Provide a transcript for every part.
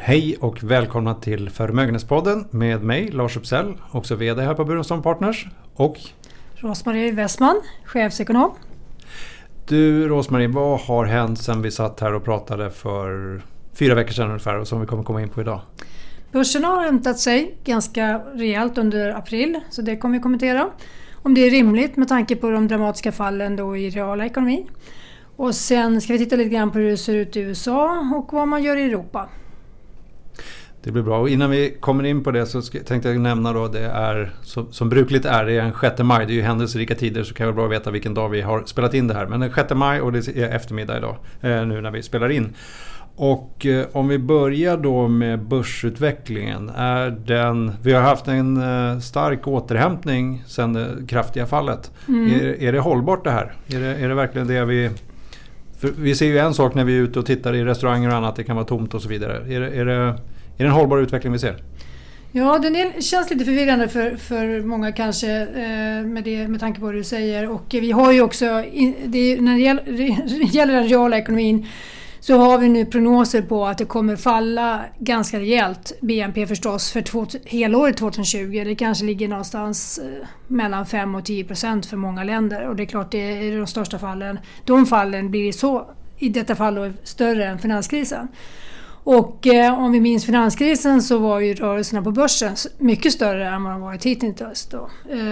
Hej och välkomna till Förmögenhetspodden med mig, Lars Uppsell, också vd här på Burenstam Partners, och Rosmarie Westman, chefsekonom. Du Rosmarie, vad har hänt sedan vi satt här och pratade för 4 veckor sedan ungefär och som vi kommer komma in på idag? Börsen har hämtat sig ganska rejält under april, så det kommer vi kommentera. Om det är rimligt med tanke på de dramatiska fallen då i reala ekonomin. Och sen ska vi titta lite grann på hur det ser ut i USA och vad man gör i Europa. Det blir bra. Och innan vi kommer in på det så tänkte jag nämna då, det är som brukligt är det en 6 maj. Det är ju händelserika tider, så kan jag bra veta vilken dag vi har spelat in det här. Men den 6 maj, och det är eftermiddag idag nu när vi spelar in. Och om vi börjar då med börsutvecklingen, vi har haft en stark återhämtning sedan det kraftiga fallet. Är det hållbart det här? Är det verkligen det vi ser ju en sak när vi är ute och tittar i restauranger och annat, det kan vara tomt och så vidare. Är det en hållbar utveckling vi ser? Ja, det känns lite förvirrande för många kanske med tanke på vad du säger. Och vi har ju också, när det gäller den reala ekonomin, så har vi nu prognoser på att det kommer falla ganska rejält, BNP förstås, för helåret 2020. Det kanske ligger någonstans mellan 5 och 10% för många länder. Och det är klart, det är de största fallen. De fallen blir i detta fall då större än finanskrisen. Och om vi minns finanskrisen så var ju rörelserna på börsen mycket större än vad de varit hittills då.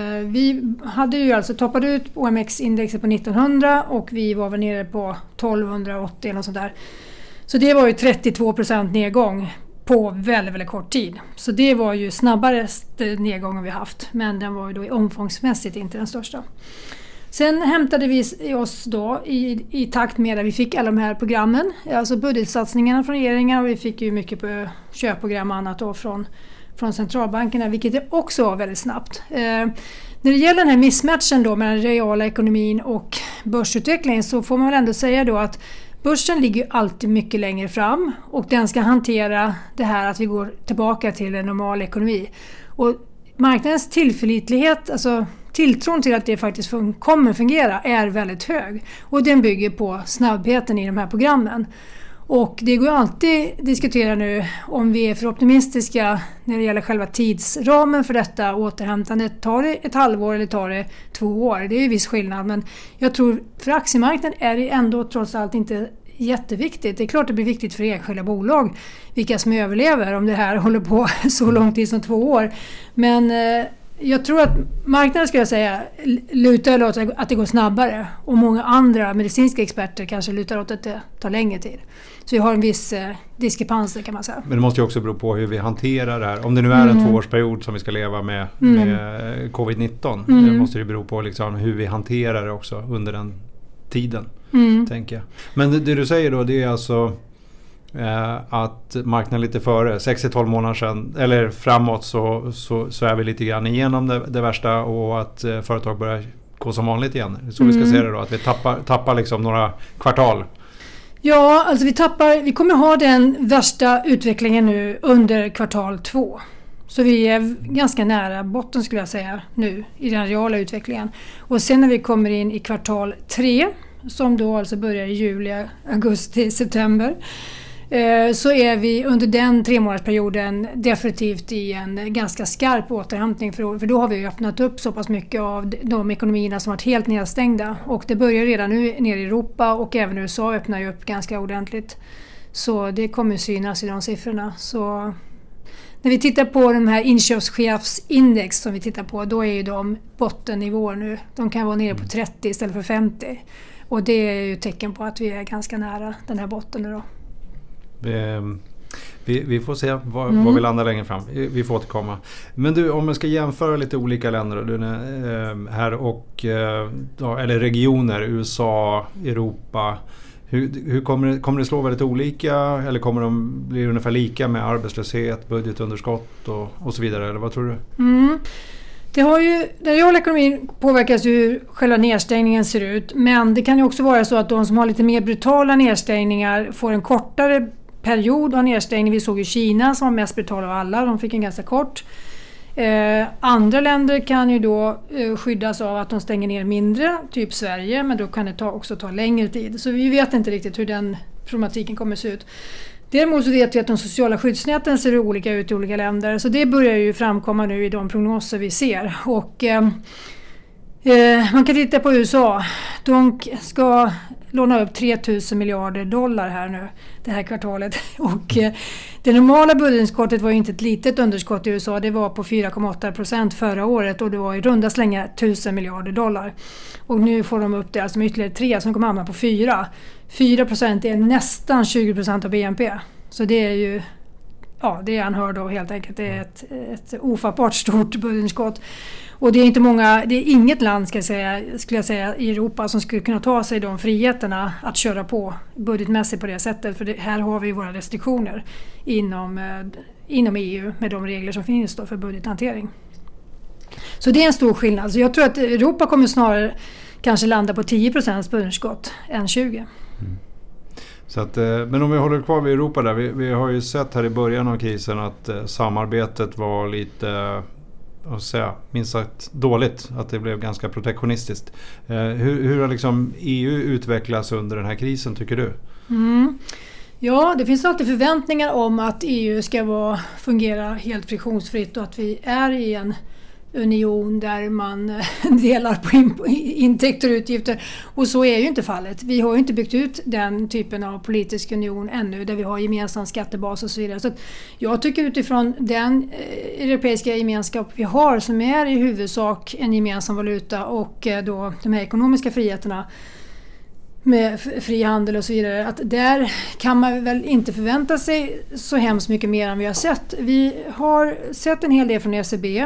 Vi hade ju alltså toppat ut OMX-indexet på 1900 och vi var väl nere på 1280 eller något sånt där. Så det var ju 32% nedgång på väldigt, väldigt kort tid. Så det var ju snabbaste nedgången vi haft, men den var ju då omfångsmässigt inte den största. Sen hämtade vi oss då i takt med att vi fick alla de här programmen, alltså budgetsatsningarna från regeringen, och vi fick ju mycket på köpprogram och annat då från centralbankerna, vilket också var väldigt snabbt. När det gäller den här missmatchen då mellan reala ekonomin och börsutvecklingen, så får man väl ändå säga då att börsen ligger alltid mycket längre fram och den ska hantera det här att vi går tillbaka till en normal ekonomi. Och marknadens tillförlitlighet, alltså tilltron till att det faktiskt kommer fungera, är väldigt hög. Och den bygger på snabbheten i de här programmen. Och det går alltid att diskutera nu om vi är för optimistiska när det gäller själva tidsramen för detta återhämtandet. Tar det ett halvår eller tar det 2 år? Det är ju viss skillnad, men jag tror för aktiemarknaden är det ändå trots allt inte jätteviktigt. Det är klart det blir viktigt för enskilda bolag vilka som överlever om det här håller på så lång tid som 2 år. Men jag tror att marknaden, ska jag säga, lutar åt att det går snabbare, och många andra medicinska experter kanske lutar åt att det tar längre tid. Så vi har en viss diskrepans, kan man säga. Men det måste ju också bero på hur vi hanterar det här. Om det nu är en 2-årsperiod som vi ska leva med covid-19, det måste ju bero på liksom hur vi hanterar det också under den tiden, tänker jag. Men det du säger då, det är alltså att marknaden lite före 6-12 månader sedan eller framåt så är vi lite grann igenom det värsta, och att företag börjar gå som vanligt igen. Så vi ska se det då, att vi tappar liksom några kvartal. Ja, alltså vi kommer ha den värsta utvecklingen nu under kvartal 2. Så vi är ganska nära botten, skulle jag säga, nu i den reala utvecklingen. Och sen när vi kommer in i kvartal 3, som då alltså börjar i juli, augusti, september, så är vi under den 3-månadersperioden definitivt i en ganska skarp återhämtning, för då har vi öppnat upp så pass mycket av de ekonomierna som varit helt nedstängda, och det börjar redan nu nere i Europa, och även USA öppnar ju upp ganska ordentligt, så det kommer synas i de siffrorna. Så när vi tittar på de här inköpschefsindex som vi tittar på, då är ju de bottennivåer nu, de kan vara nere på 30 istället för 50, och det är ju tecken på att vi är ganska nära den här botten nu då. Vi får se var vi landar längre fram. Vi får återkomma. Men du, om man ska jämföra lite olika länder här och eller regioner, USA, Europa, hur kommer det slå väldigt olika, eller kommer de bli ungefär lika med arbetslöshet, budgetunderskott och så vidare, eller vad tror du? Den reala ekonomin påverkas ju hur själva nedstängningen ser ut, men det kan ju också vara så att de som har lite mer brutala nedstängningar får en kortare period av nedstängning. Vi såg ju Kina som var mest brutal av alla, de fick en ganska kort. Andra länder kan ju då skyddas av att de stänger ner mindre, typ Sverige, men då kan det också ta längre tid. Så vi vet inte riktigt hur den problematiken kommer se ut. Däremot så vet vi att de sociala skyddsnäten ser olika ut i olika länder. Så det börjar ju framkomma nu i de prognoser vi ser. Och man kan titta på USA. De ska låna upp 3 000 miljarder dollar här nu, det här kvartalet. Och det normala budgetunderskottet var ju inte ett litet underskott i USA. Det var på 4,8% förra året och det var i runda slängar 1000 miljarder dollar. Och nu får de upp det alltså med ytterligare 3 som kommer hamna på 4. 4% är nästan 20% av BNP. Så det är ju, ja, det är anhörd av helt enkelt. Det är ett ofattbart stort budgetunderskott. Och det är inte många, det är inget land skulle jag säga i Europa som skulle kunna ta sig de friheterna att köra på budgetmässigt på det sättet. För här har vi våra restriktioner inom EU med de regler som finns då för budgethantering. Så det är en stor skillnad. Så jag tror att Europa kommer snarare kanske landa på 10% budgetunderskott än 20%. Mm. Så att, men om vi håller kvar vid Europa där, vi har ju sett här i början av krisen att samarbetet var lite, minst sagt dåligt, att det blev ganska protektionistiskt. Hur har liksom EU utvecklats under den här krisen tycker du? Mm. Ja, det finns alltid förväntningar om att EU ska fungera helt friktionsfritt och att vi är i en union där man delar på intäkter och utgifter. Och så är ju inte fallet. Vi har ju inte byggt ut den typen av politisk union ännu där vi har gemensam skattebas och så vidare. Så att jag tycker utifrån den europeiska gemenskap vi har som är i huvudsak en gemensam valuta och då de här ekonomiska friheterna med fri handel och så vidare, att där kan man väl inte förvänta sig så hemskt mycket mer än vi har sett. Vi har sett en hel del från ECB.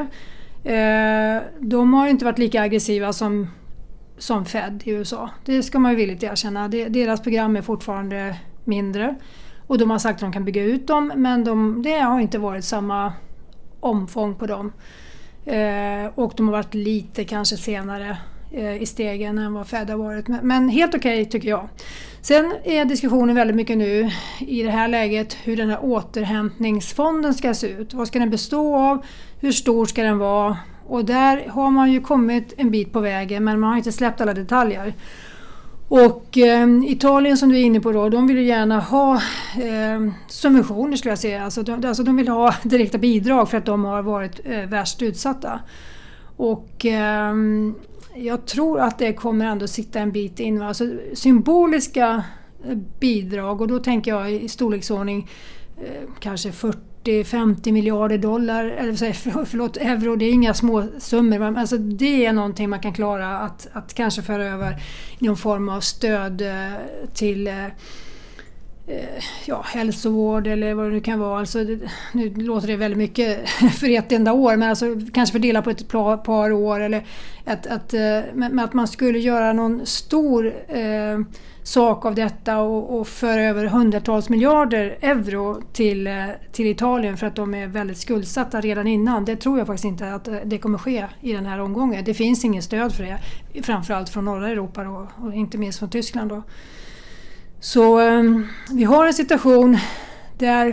De har inte varit lika aggressiva som Fed i USA. Det ska man ju villigt erkänna. Deras program är fortfarande mindre. Och de har sagt att de kan bygga ut dem. Men det har inte varit samma omfång på dem. Och de har varit lite kanske senare i stegen än vad Fed har varit. Men helt okej tycker jag. Sen är diskussionen väldigt mycket nu i det här läget hur den här återhämtningsfonden ska se ut. Vad ska den bestå av? Hur stor ska den vara? Och där har man ju kommit en bit på vägen men man har inte släppt alla detaljer. Och Italien som du är inne på då, de vill ju gärna ha subventioner skulle jag säga. Alltså de vill ha direkta bidrag för att de har varit värst utsatta. Och jag tror att det kommer ändå sitta en bit in. Alltså symboliska bidrag och då tänker jag i storleksordning kanske 40-50 miljarder dollar eller euro, det är inga små summor. Men alltså det är någonting man kan klara att kanske föra över i någon form av stöd till hälsovård eller vad det nu kan vara. Alltså nu låter det väldigt mycket för ett enda år men alltså kanske fördela på ett par år eller att man skulle göra någon stor sak av detta och föra över hundratals miljarder euro till Italien för att de är väldigt skuldsatta redan innan. Det tror jag faktiskt inte att det kommer ske i den här omgången. Det finns ingen stöd för det, framförallt från norra Europa då, och inte minst från Tyskland då. Så vi har en situation där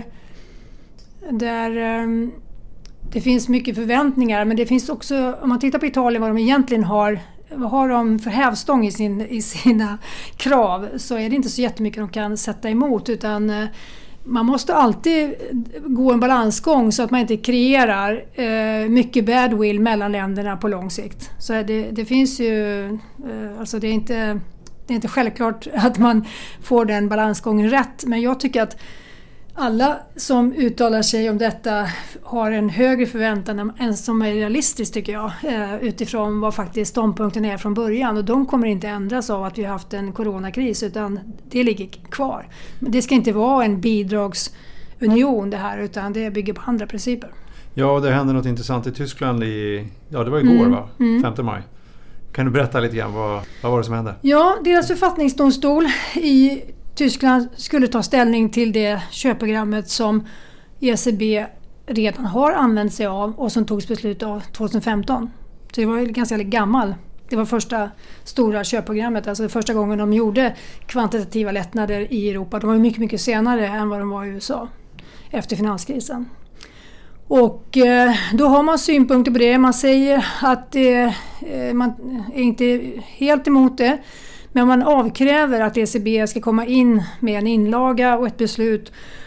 det finns mycket förväntningar men det finns också, om man tittar på Italien vad de egentligen har, vad har de för hävstång i sina krav så är det inte så jättemycket de kan sätta emot utan man måste alltid gå en balansgång så att man inte kreerar mycket badwill mellan länderna på lång sikt. Så det finns ju, alltså det är inte självklart att man får den balansgången rätt men jag tycker att alla som uttalar sig om detta har en högre förväntan än som är realistiskt tycker jag utifrån vad faktiskt ståndpunkten är från början och de kommer inte ändras av att vi har haft en coronakris utan det ligger kvar. Det ska inte vara en bidragsunion det här utan det bygger på andra principer. Ja, det hände något intressant i Tyskland det var igår va? 5 maj. Kan du berätta lite grann vad var det som hände? Ja, deras författningsdomstol i Tyskland skulle ta ställning till det köpprogrammet som ECB redan har använt sig av och som togs beslut av 2015. Så det var ganska gammal. Det var första stora köpprogrammet, alltså första gången de gjorde kvantitativa lättnader i Europa. De var mycket, mycket senare än vad de var i USA efter finanskrisen. Och då har man synpunkter på det. Man säger att man är inte helt emot det. Men man avkräver att ECB ska komma in med en inlaga och ett beslut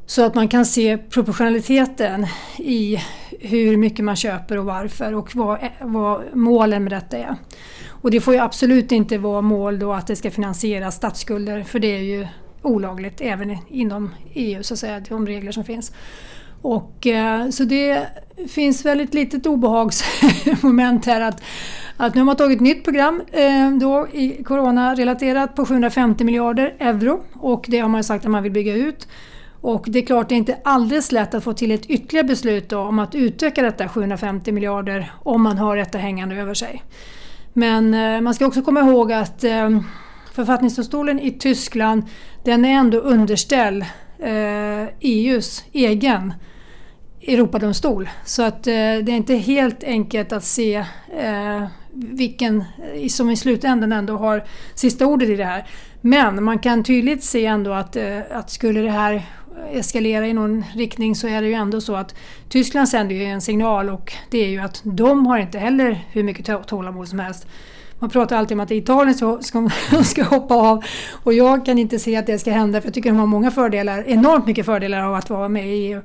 Så att man kan se proportionaliteten i hur mycket man köper och varför och vad målen med detta är. Och det får ju absolut inte vara mål då att det ska finansiera statsskulder, för det är ju olagligt även inom EU, så att säga, de regler som finns. Och så det finns väldigt litet obehagsmoment här att nu har man tagit ett nytt program då i corona-relaterat på 750 miljarder euro, och det har man sagt att man vill bygga ut. Och det är klart, det är inte alldeles lätt att få till ett ytterligare beslut då, om att utöka detta 750 miljarder om man har detta hängande över sig. Men man ska också komma ihåg att författningsdomstolen i Tyskland, den är ändå underställd EUs egen Europadomstol. Så att det är inte helt enkelt att se vilken som i slutändan ändå har sista ordet i det här. Men man kan tydligt se ändå att skulle det här eskalera i någon riktning, så är det ju ändå så att Tyskland sänder ju en signal, och det är ju att de har inte heller hur mycket tålamod som helst. Man pratar alltid om att Italien ska hoppa av, och jag kan inte se att det ska hända, för jag tycker de har många fördelar, enormt mycket fördelar av att vara med i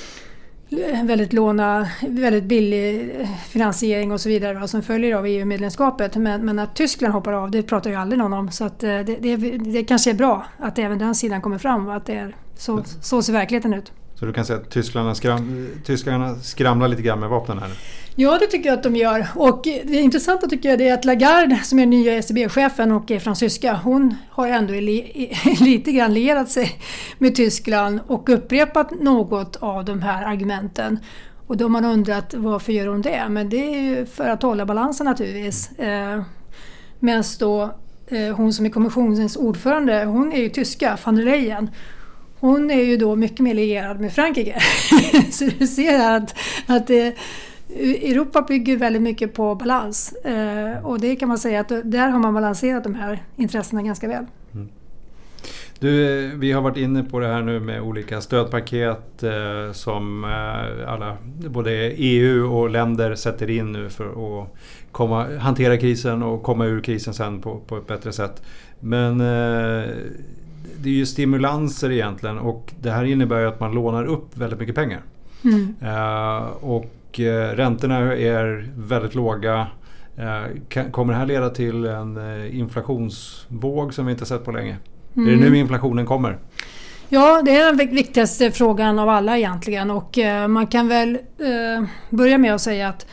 väldigt billig finansiering och så vidare som följer av EU-medlemskapet. Men att Tyskland hoppar av, det pratar ju aldrig någon om. Så att det kanske är bra att även den sidan kommer fram, och att det är så ser verkligheten ut. Så du kan säga att tyskarna skramlar lite grann med vapnen här nu? Ja, det tycker jag att de gör. Och det intressanta tycker jag är att Lagarde, som är nya ECB-chefen och är fransyska, hon har ändå lite grann lierat sig med Tyskland och upprepat något av de här argumenten. Och då har man undrat, varför gör hon det? Men det är ju för att hålla balansen naturligtvis. Medan då hon som är kommissionens ordförande, hon är ju tyska, van der Leyen. Hon är ju då mycket mer lierad med Frankrike. Så du ser här att Europa bygger väldigt mycket på balans. Och det kan man säga att där har man balanserat de här intressena ganska väl. Mm. Du, vi har varit inne på det här nu med olika stödpaket som både EU och länder sätter in nu för att hantera krisen och komma ur krisen sen på ett bättre sätt. Men det är ju stimulanser egentligen, och det här innebär ju att man lånar upp väldigt mycket pengar. Mm. Och räntorna är väldigt låga. Kommer det här leda till en inflationsvåg som vi inte sett på länge? Är det nu inflationen kommer? Ja, det är den viktigaste frågan av alla egentligen, och man kan väl börja med att säga att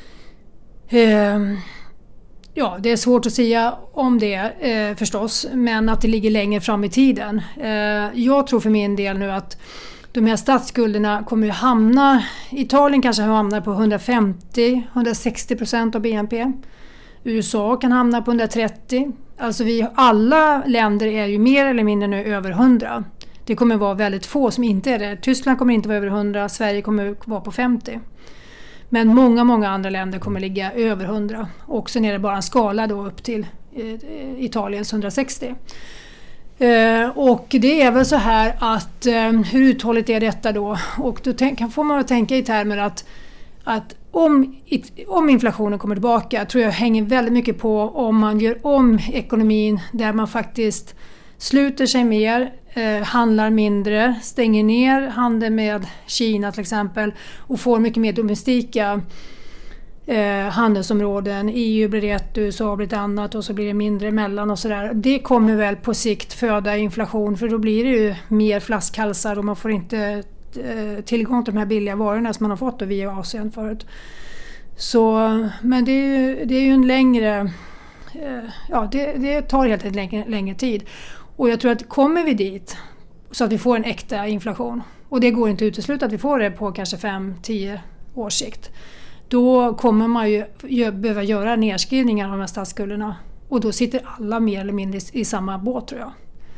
ja, det är svårt att säga om det förstås, men att det ligger längre fram i tiden. Jag tror för min del nu att de här statsskulderna kommer att hamna, Italien kanske hamnar på 150-160% av BNP. USA kan hamna på 130. Alltså alla länder är ju mer eller mindre nu över 100. Det kommer vara väldigt få som inte är det. Tyskland kommer inte vara över 100, Sverige kommer vara på 50. Men många andra länder kommer ligga över 100. Och sen är det bara en skala då upp till Italiens 160. Och det är väl så här att hur uthålligt är detta då? Och då får man tänka i termer att om inflationen kommer tillbaka, tror jag hänger väldigt mycket på om man gör om ekonomin där man faktiskt sluter sig mer, handlar mindre, stänger ner handel med Kina till exempel och får mycket mer domestika handelsområden. EU blir ett, USA blir ett annat och så blir det mindre emellan och sådär. Det kommer väl på sikt föda inflation, för då blir det ju mer flaskhalsar och man får inte tillgång till de här billiga varorna som man har fått via Asien förut. Så, men det är ju en längre... det tar helt enkelt längre tid. Och jag tror att kommer vi dit så att vi får en äkta inflation, och det går inte att utesluta att vi får det på kanske 5-10 års sikt, då kommer man ju behöva göra nedskrivningar av de här statsskulderna. Och då sitter alla mer eller mindre i samma båt, tror jag.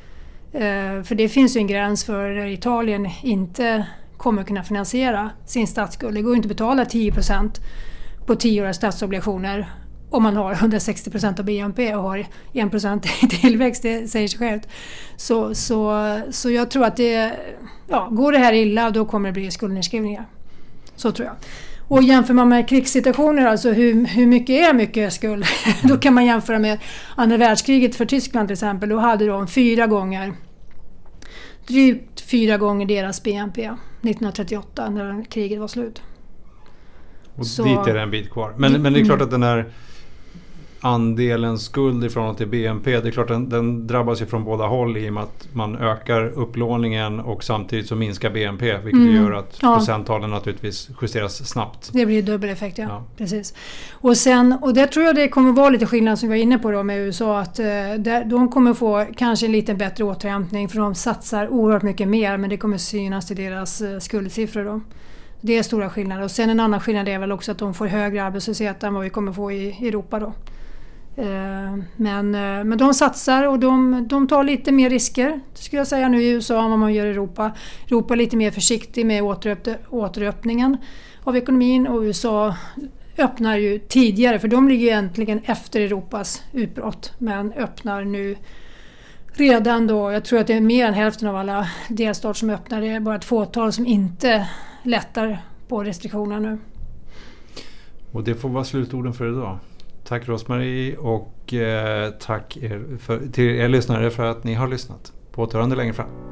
För det finns ju en gräns för när Italien inte kommer kunna finansiera sin statsskuld. Det går inte att betala 10% på 10-åriga statsobligationer om man har 160% av BNP och har 1% i tillväxt, det säger sig självt. Så jag tror att går det här illa, då kommer det bli skuldnedskrivningar. Så tror jag. Och jämför man med krigssituationer, alltså hur mycket är mycket skuld, då kan man jämföra med andra världskriget för Tyskland till exempel. Då hade de 4 gånger drygt 4 gånger deras BNP 1938 när kriget var slut. Och dit är det en bit kvar. Men det är klart att den här andelen skuld i förhållande till BNP, det är klart att den drabbas ju från båda håll i och med att man ökar upplåningen och samtidigt så minskar BNP, vilket gör att procenttalen naturligtvis justeras snabbt. Det blir dubbel effekt, ja. Precis. Och det tror jag det kommer vara lite skillnad som vi var inne på då med USA, att de kommer få kanske en lite bättre återhämtning för de satsar oerhört mycket mer, men det kommer synas till deras skuldsiffror då. Det är stora skillnader. Och sen en annan skillnad är väl också att de får högre arbetslöshet än vad vi kommer få i Europa då. Men de satsar och de tar lite mer risker, skulle jag säga, nu i USA än vad man gör i Europa. Europa är lite mer försiktig med återöppningen av ekonomin, och USA öppnar ju tidigare, för de ligger egentligen efter Europas utbrott, men öppnar nu redan då. Jag tror att det är mer än hälften av alla delstater som öppnar. Det är bara ett fåtal som inte lättar på restriktionerna nu. Och det får vara slutorden för idag. Tack Rose-Marie, och tack till er lyssnare för att ni har lyssnat. På återhörande längre fram.